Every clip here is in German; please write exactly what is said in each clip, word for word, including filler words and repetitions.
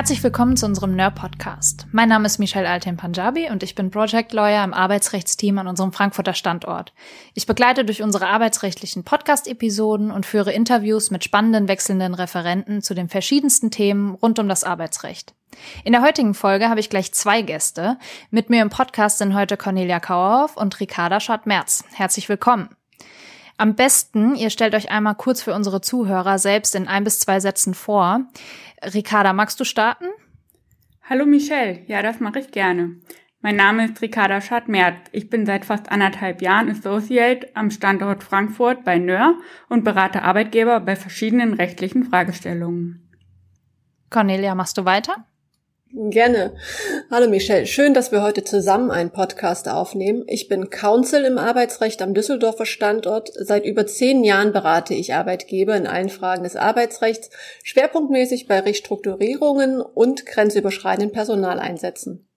Herzlich willkommen zu unserem N E R Podcast. Mein Name ist Michelle Alten-Panjabi und ich bin Project Lawyer im Arbeitsrechtsteam an unserem Frankfurter Standort. Ich begleite durch unsere arbeitsrechtlichen Podcast-Episoden und führe Interviews mit spannenden wechselnden Referenten zu den verschiedensten Themen rund um das Arbeitsrecht. In der heutigen Folge habe ich gleich zwei Gäste. Mit mir im Podcast sind heute Cornelia Kauerhoff und Ricarda Schott-Merz. Herzlich willkommen. Am besten, ihr stellt euch einmal kurz für unsere Zuhörer selbst in ein bis zwei Sätzen vor. Ricarda, magst du starten? Hallo Michelle, ja, das mache ich gerne. Mein Name ist Ricarda Schott-Merz. Ich bin seit fast anderthalb Jahren Associate am Standort Frankfurt bei N E R und berate Arbeitgeber bei verschiedenen rechtlichen Fragestellungen. Cornelia, machst du weiter? Gerne. Hallo Michelle, schön, dass wir heute zusammen einen Podcast aufnehmen. Ich bin Counsel im Arbeitsrecht am Düsseldorfer Standort. Seit über zehn Jahren berate ich Arbeitgeber in allen Fragen des Arbeitsrechts, schwerpunktmäßig bei Restrukturierungen und grenzüberschreitenden Personaleinsätzen.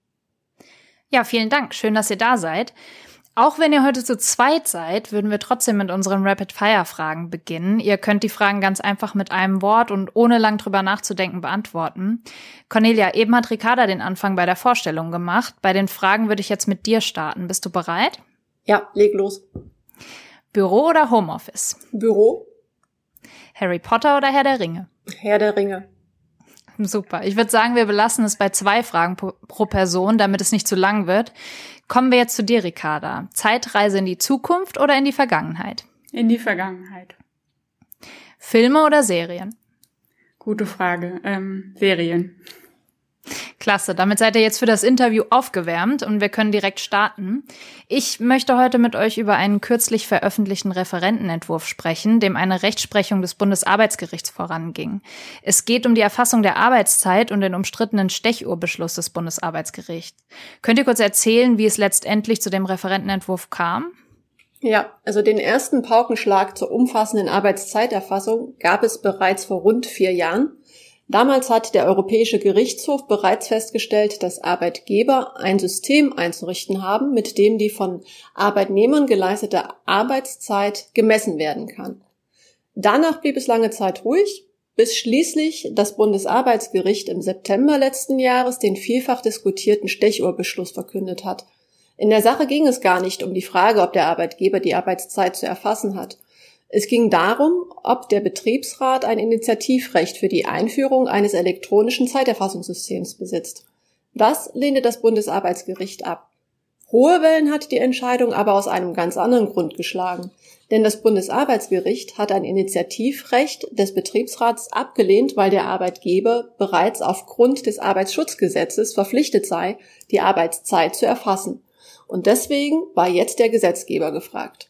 Ja, vielen Dank. Schön, dass ihr da seid. Auch wenn ihr heute zu zweit seid, würden wir trotzdem mit unseren Rapid-Fire-Fragen beginnen. Ihr könnt die Fragen ganz einfach mit einem Wort und ohne lang drüber nachzudenken beantworten. Cornelia, eben hat Ricarda den Anfang bei der Vorstellung gemacht. Bei den Fragen würde ich jetzt mit dir starten. Bist du bereit? Ja, leg los. Büro oder Homeoffice? Büro. Harry Potter oder Herr der Ringe? Herr der Ringe. Super. Ich würde sagen, wir belassen es bei zwei Fragen pro, pro Person, damit es nicht zu lang wird. Kommen wir jetzt zu dir, Ricarda. Zeitreise in die Zukunft oder in die Vergangenheit? In die Vergangenheit. Filme oder Serien? Gute Frage. Ähm, Serien. Klasse, damit seid ihr jetzt für das Interview aufgewärmt und wir können direkt starten. Ich möchte heute mit euch über einen kürzlich veröffentlichten Referentenentwurf sprechen, dem eine Rechtsprechung des Bundesarbeitsgerichts voranging. Es geht um die Erfassung der Arbeitszeit und den umstrittenen Stechuhrbeschluss des Bundesarbeitsgerichts. Könnt ihr kurz erzählen, wie es letztendlich zu dem Referentenentwurf kam? Ja, also den ersten Paukenschlag zur umfassenden Arbeitszeiterfassung gab es bereits vor rund vier Jahren. Damals hat der Europäische Gerichtshof bereits festgestellt, dass Arbeitgeber ein System einzurichten haben, mit dem die von Arbeitnehmern geleistete Arbeitszeit gemessen werden kann. Danach blieb es lange Zeit ruhig, bis schließlich das Bundesarbeitsgericht im September letzten Jahres den vielfach diskutierten Stechuhrbeschluss verkündet hat. In der Sache ging es gar nicht um die Frage, ob der Arbeitgeber die Arbeitszeit zu erfassen hat. Es ging darum, ob der Betriebsrat ein Initiativrecht für die Einführung eines elektronischen Zeiterfassungssystems besitzt. Das lehnte das Bundesarbeitsgericht ab. Hohe Wellen hat die Entscheidung aber aus einem ganz anderen Grund geschlagen. Denn das Bundesarbeitsgericht hat ein Initiativrecht des Betriebsrats abgelehnt, weil der Arbeitgeber bereits aufgrund des Arbeitsschutzgesetzes verpflichtet sei, die Arbeitszeit zu erfassen. Und deswegen war jetzt der Gesetzgeber gefragt.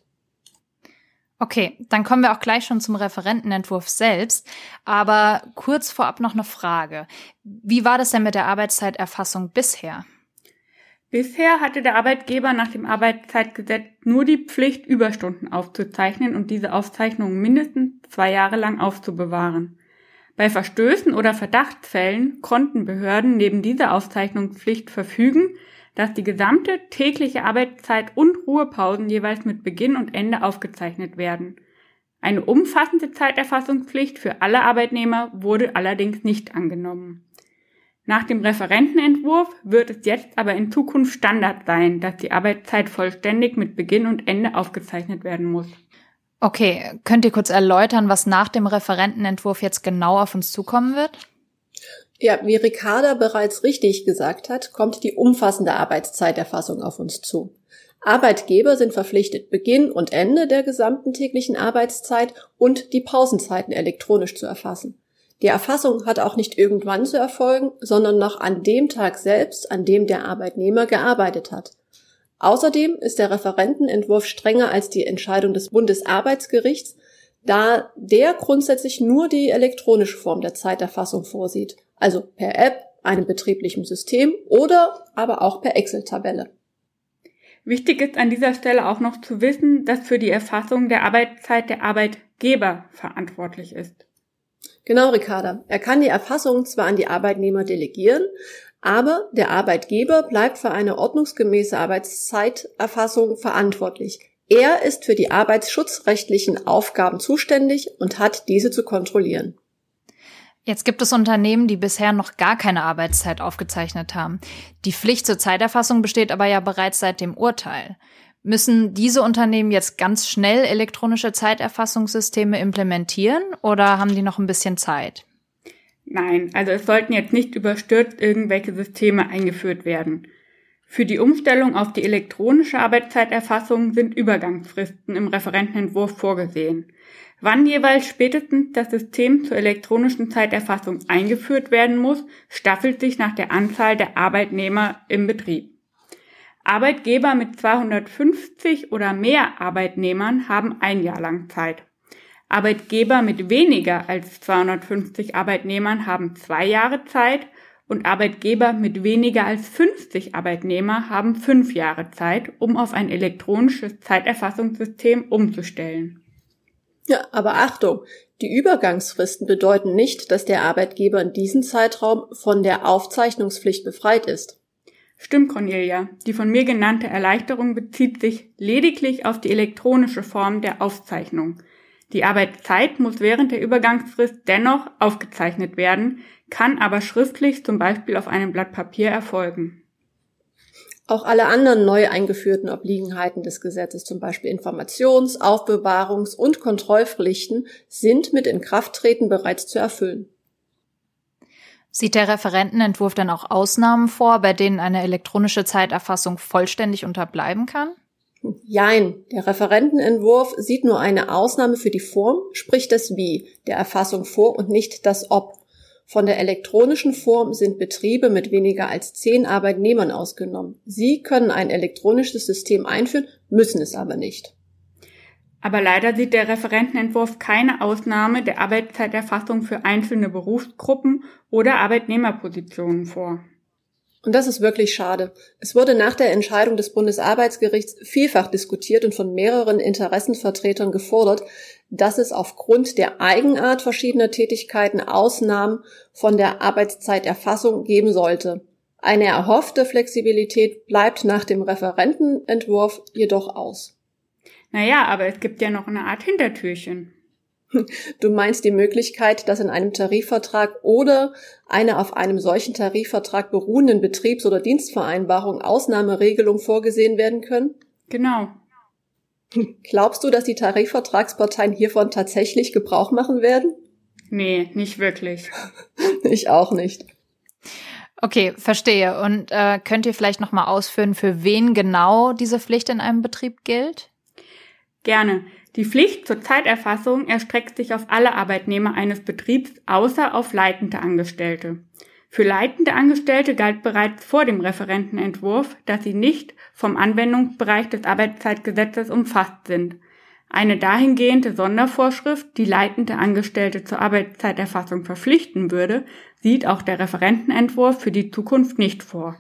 Okay, dann kommen wir auch gleich schon zum Referentenentwurf selbst. Aber kurz vorab noch eine Frage. Wie war das denn mit der Arbeitszeiterfassung bisher? Bisher hatte der Arbeitgeber nach dem Arbeitszeitgesetz nur die Pflicht, Überstunden aufzuzeichnen und diese Aufzeichnungen mindestens zwei Jahre lang aufzubewahren. Bei Verstößen oder Verdachtsfällen konnten Behörden neben dieser Aufzeichnungspflicht verfügen, dass die gesamte tägliche Arbeitszeit und Ruhepausen jeweils mit Beginn und Ende aufgezeichnet werden. Eine umfassende Zeiterfassungspflicht für alle Arbeitnehmer wurde allerdings nicht angenommen. Nach dem Referentenentwurf wird es jetzt aber in Zukunft Standard sein, dass die Arbeitszeit vollständig mit Beginn und Ende aufgezeichnet werden muss. Okay, könnt ihr kurz erläutern, was nach dem Referentenentwurf jetzt genau auf uns zukommen wird? Ja, wie Ricarda bereits richtig gesagt hat, kommt die umfassende Arbeitszeiterfassung auf uns zu. Arbeitgeber sind verpflichtet, Beginn und Ende der gesamten täglichen Arbeitszeit und die Pausenzeiten elektronisch zu erfassen. Die Erfassung hat auch nicht irgendwann zu erfolgen, sondern noch an dem Tag selbst, an dem der Arbeitnehmer gearbeitet hat. Außerdem ist der Referentenentwurf strenger als die Entscheidung des Bundesarbeitsgerichts, da der grundsätzlich nur die elektronische Form der Zeiterfassung vorsieht, also per App, einem betrieblichen System oder aber auch per Excel-Tabelle. Wichtig ist an dieser Stelle auch noch zu wissen, dass für die Erfassung der Arbeitszeit der Arbeitgeber verantwortlich ist. Genau, Ricarda. Er kann die Erfassung zwar an die Arbeitnehmer delegieren, aber der Arbeitgeber bleibt für eine ordnungsgemäße Arbeitszeiterfassung verantwortlich. Er ist für die arbeitsschutzrechtlichen Aufgaben zuständig und hat diese zu kontrollieren. Jetzt gibt es Unternehmen, die bisher noch gar keine Arbeitszeit aufgezeichnet haben. Die Pflicht zur Zeiterfassung besteht aber ja bereits seit dem Urteil. Müssen diese Unternehmen jetzt ganz schnell elektronische Zeiterfassungssysteme implementieren oder haben die noch ein bisschen Zeit? Nein, also es sollten jetzt nicht überstürzt irgendwelche Systeme eingeführt werden. Für die Umstellung auf die elektronische Arbeitszeiterfassung sind Übergangsfristen im Referentenentwurf vorgesehen. Wann jeweils spätestens das System zur elektronischen Zeiterfassung eingeführt werden muss, staffelt sich nach der Anzahl der Arbeitnehmer im Betrieb. Arbeitgeber mit zweihundertfünfzig oder mehr Arbeitnehmern haben ein Jahr lang Zeit. Arbeitgeber mit weniger als zweihundertfünfzig Arbeitnehmern haben zwei Jahre Zeit und Arbeitgeber mit weniger als fünfzig Arbeitnehmer haben fünf Jahre Zeit, um auf ein elektronisches Zeiterfassungssystem umzustellen. Ja, aber Achtung, die Übergangsfristen bedeuten nicht, dass der Arbeitgeber in diesem Zeitraum von der Aufzeichnungspflicht befreit ist. Stimmt, Cornelia. Die von mir genannte Erleichterung bezieht sich lediglich auf die elektronische Form der Aufzeichnung. Die Arbeitszeit muss während der Übergangsfrist dennoch aufgezeichnet werden, kann aber schriftlich zum Beispiel auf einem Blatt Papier erfolgen. Auch alle anderen neu eingeführten Obliegenheiten des Gesetzes, zum Beispiel Informations-, Aufbewahrungs- und Kontrollpflichten, sind mit Inkrafttreten bereits zu erfüllen. Sieht der Referentenentwurf denn auch Ausnahmen vor, bei denen eine elektronische Zeiterfassung vollständig unterbleiben kann? Jein, der Referentenentwurf sieht nur eine Ausnahme für die Form, sprich das Wie, der Erfassung vor und nicht das Ob. Von der elektronischen Form sind Betriebe mit weniger als zehn Arbeitnehmern ausgenommen. Sie können ein elektronisches System einführen, müssen es aber nicht. Aber leider sieht der Referentenentwurf keine Ausnahme der Arbeitszeiterfassung für einzelne Berufsgruppen oder Arbeitnehmerpositionen vor. Und das ist wirklich schade. Es wurde nach der Entscheidung des Bundesarbeitsgerichts vielfach diskutiert und von mehreren Interessenvertretern gefordert, dass es aufgrund der Eigenart verschiedener Tätigkeiten Ausnahmen von der Arbeitszeiterfassung geben sollte. Eine erhoffte Flexibilität bleibt nach dem Referentenentwurf jedoch aus. Naja, aber es gibt ja noch eine Art Hintertürchen. Du meinst die Möglichkeit, dass in einem Tarifvertrag oder einer auf einem solchen Tarifvertrag beruhenden Betriebs- oder Dienstvereinbarung Ausnahmeregelungen vorgesehen werden können? Genau. Glaubst du, dass die Tarifvertragsparteien hiervon tatsächlich Gebrauch machen werden? Nee, nicht wirklich. Ich auch nicht. Okay, verstehe. Und äh, könnt ihr vielleicht noch mal ausführen, für wen genau diese Pflicht in einem Betrieb gilt? Gerne. Die Pflicht zur Zeiterfassung erstreckt sich auf alle Arbeitnehmer eines Betriebs, außer auf leitende Angestellte. Für leitende Angestellte galt bereits vor dem Referentenentwurf, dass sie nicht vom Anwendungsbereich des Arbeitszeitgesetzes umfasst sind. Eine dahingehende Sondervorschrift, die leitende Angestellte zur Arbeitszeiterfassung verpflichten würde, sieht auch der Referentenentwurf für die Zukunft nicht vor.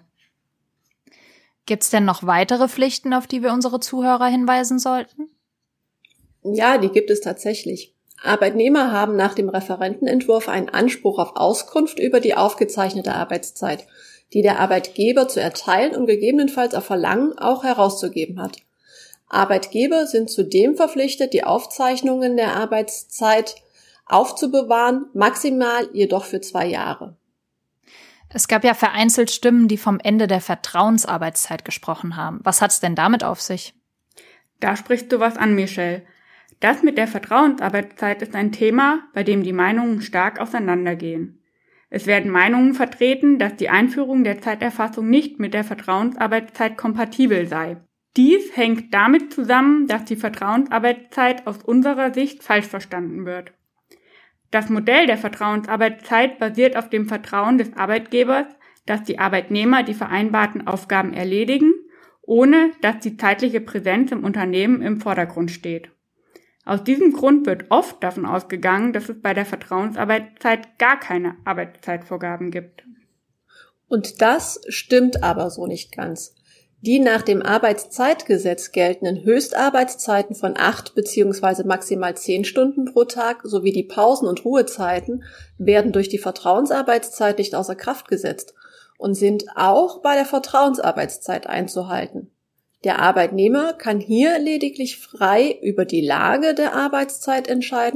Gibt's denn noch weitere Pflichten, auf die wir unsere Zuhörer hinweisen sollten? Ja, die gibt es tatsächlich. Arbeitnehmer haben nach dem Referentenentwurf einen Anspruch auf Auskunft über die aufgezeichnete Arbeitszeit, die der Arbeitgeber zu erteilen und gegebenenfalls auf Verlangen auch herauszugeben hat. Arbeitgeber sind zudem verpflichtet, die Aufzeichnungen der Arbeitszeit aufzubewahren, maximal jedoch für zwei Jahre. Es gab ja vereinzelt Stimmen, die vom Ende der Vertrauensarbeitszeit gesprochen haben. Was hat's denn damit auf sich? Da sprichst du was an, Michelle. Das mit der Vertrauensarbeitszeit ist ein Thema, bei dem die Meinungen stark auseinandergehen. Es werden Meinungen vertreten, dass die Einführung der Zeiterfassung nicht mit der Vertrauensarbeitszeit kompatibel sei. Dies hängt damit zusammen, dass die Vertrauensarbeitszeit aus unserer Sicht falsch verstanden wird. Das Modell der Vertrauensarbeitszeit basiert auf dem Vertrauen des Arbeitgebers, dass die Arbeitnehmer die vereinbarten Aufgaben erledigen, ohne dass die zeitliche Präsenz im Unternehmen im Vordergrund steht. Aus diesem Grund wird oft davon ausgegangen, dass es bei der Vertrauensarbeitszeit gar keine Arbeitszeitvorgaben gibt. Und das stimmt aber so nicht ganz. Die nach dem Arbeitszeitgesetz geltenden Höchstarbeitszeiten von acht bzw. maximal zehn Stunden pro Tag sowie die Pausen- und Ruhezeiten werden durch die Vertrauensarbeitszeit nicht außer Kraft gesetzt und sind auch bei der Vertrauensarbeitszeit einzuhalten. Der Arbeitnehmer kann hier lediglich frei über die Lage der Arbeitszeit entscheiden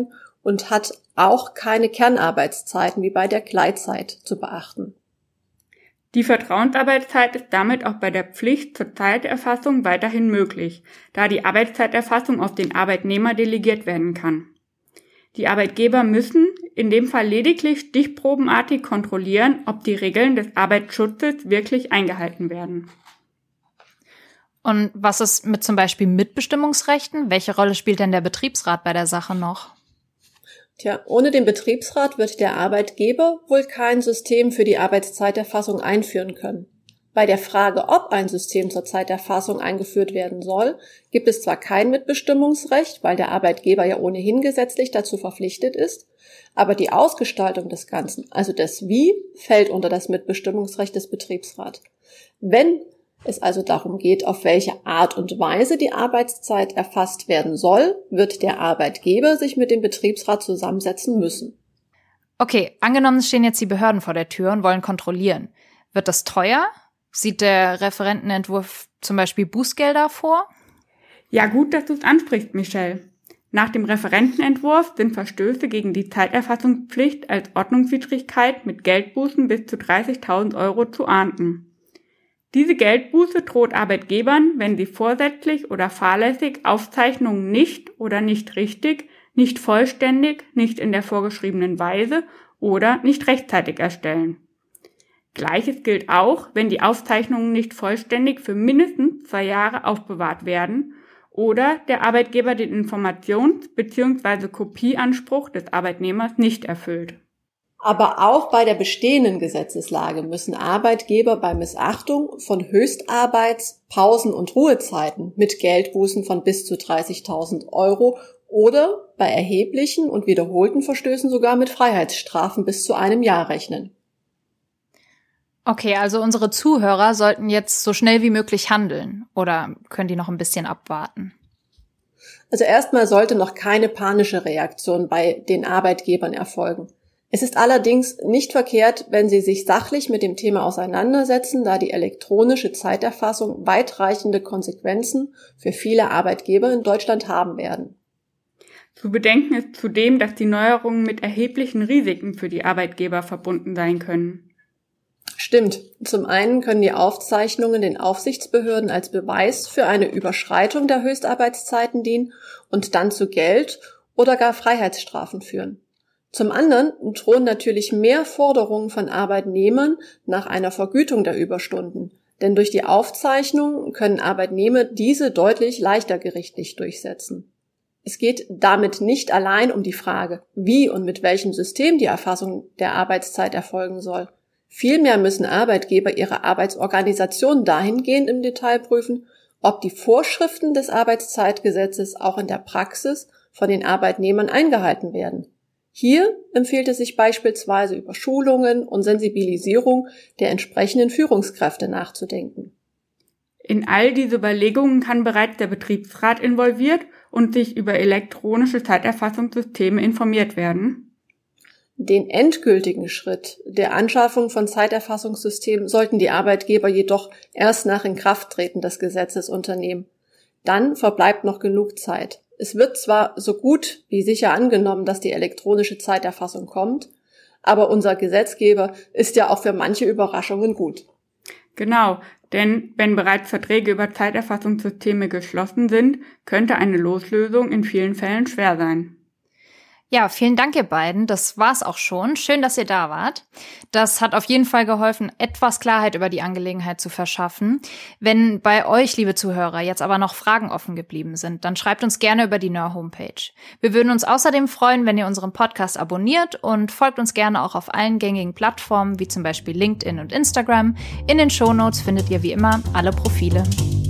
und hat auch keine Kernarbeitszeiten wie bei der Gleitzeit zu beachten. Die Vertrauensarbeitszeit ist damit auch bei der Pflicht zur Zeiterfassung weiterhin möglich, da die Arbeitszeiterfassung auf den Arbeitnehmer delegiert werden kann. Die Arbeitgeber müssen in dem Fall lediglich stichprobenartig kontrollieren, ob die Regeln des Arbeitsschutzes wirklich eingehalten werden. Und was ist mit zum Beispiel Mitbestimmungsrechten? Welche Rolle spielt denn der Betriebsrat bei der Sache noch? Tja, ohne den Betriebsrat wird der Arbeitgeber wohl kein System für die Arbeitszeiterfassung einführen können. Bei der Frage, ob ein System zur Zeiterfassung eingeführt werden soll, gibt es zwar kein Mitbestimmungsrecht, weil der Arbeitgeber ja ohnehin gesetzlich dazu verpflichtet ist, aber die Ausgestaltung des Ganzen, also das Wie, fällt unter das Mitbestimmungsrecht des Betriebsrats. Wenn es also darum geht, auf welche Art und Weise die Arbeitszeit erfasst werden soll, wird der Arbeitgeber sich mit dem Betriebsrat zusammensetzen müssen. Okay, angenommen, es stehen jetzt die Behörden vor der Tür und wollen kontrollieren. Wird das teuer? Sieht der Referentenentwurf zum Beispiel Bußgelder vor? Ja, gut, dass du es ansprichst, Michelle. Nach dem Referentenentwurf sind Verstöße gegen die Zeiterfassungspflicht als Ordnungswidrigkeit mit Geldbußen bis zu dreißigtausend Euro zu ahnden. Diese Geldbuße droht Arbeitgebern, wenn sie vorsätzlich oder fahrlässig Aufzeichnungen nicht oder nicht richtig, nicht vollständig, nicht in der vorgeschriebenen Weise oder nicht rechtzeitig erstellen. Gleiches gilt auch, wenn die Aufzeichnungen nicht vollständig für mindestens zwei Jahre aufbewahrt werden oder der Arbeitgeber den Informations- bzw. Kopieanspruch des Arbeitnehmers nicht erfüllt. Aber auch bei der bestehenden Gesetzeslage müssen Arbeitgeber bei Missachtung von Höchstarbeits-, Pausen- und Ruhezeiten mit Geldbußen von bis zu dreißigtausend Euro oder bei erheblichen und wiederholten Verstößen sogar mit Freiheitsstrafen bis zu einem Jahr rechnen. Okay, also unsere Zuhörer sollten jetzt so schnell wie möglich handeln oder können die noch ein bisschen abwarten? Also erstmal sollte noch keine panische Reaktion bei den Arbeitgebern erfolgen. Es ist allerdings nicht verkehrt, wenn Sie sich sachlich mit dem Thema auseinandersetzen, da die elektronische Zeiterfassung weitreichende Konsequenzen für viele Arbeitgeber in Deutschland haben werden. Zu bedenken ist zudem, dass die Neuerungen mit erheblichen Risiken für die Arbeitgeber verbunden sein können. Stimmt. Zum einen können die Aufzeichnungen den Aufsichtsbehörden als Beweis für eine Überschreitung der Höchstarbeitszeiten dienen und dann zu Geld oder gar Freiheitsstrafen führen. Zum anderen drohen natürlich mehr Forderungen von Arbeitnehmern nach einer Vergütung der Überstunden, denn durch die Aufzeichnung können Arbeitnehmer diese deutlich leichter gerichtlich durchsetzen. Es geht damit nicht allein um die Frage, wie und mit welchem System die Erfassung der Arbeitszeit erfolgen soll. Vielmehr müssen Arbeitgeber ihre Arbeitsorganisation dahingehend im Detail prüfen, ob die Vorschriften des Arbeitszeitgesetzes auch in der Praxis von den Arbeitnehmern eingehalten werden. Hier empfiehlt es sich beispielsweise über Schulungen und Sensibilisierung der entsprechenden Führungskräfte nachzudenken. In all diese Überlegungen kann bereits der Betriebsrat involviert und sich über elektronische Zeiterfassungssysteme informiert werden. Den endgültigen Schritt der Anschaffung von Zeiterfassungssystemen sollten die Arbeitgeber jedoch erst nach Inkrafttreten des Gesetzes unternehmen. Dann verbleibt noch genug Zeit. Es wird zwar so gut wie sicher angenommen, dass die elektronische Zeiterfassung kommt, aber unser Gesetzgeber ist ja auch für manche Überraschungen gut. Genau, denn wenn bereits Verträge über Zeiterfassungssysteme geschlossen sind, könnte eine Loslösung in vielen Fällen schwer sein. Ja, vielen Dank, ihr beiden. Das war's auch schon. Schön, dass ihr da wart. Das hat auf jeden Fall geholfen, etwas Klarheit über die Angelegenheit zu verschaffen. Wenn bei euch, liebe Zuhörer, jetzt aber noch Fragen offen geblieben sind, dann schreibt uns gerne über die N O R Homepage. Wir würden uns außerdem freuen, wenn ihr unseren Podcast abonniert und folgt uns gerne auch auf allen gängigen Plattformen, wie zum Beispiel LinkedIn und Instagram. In den Shownotes findet ihr wie immer alle Profile.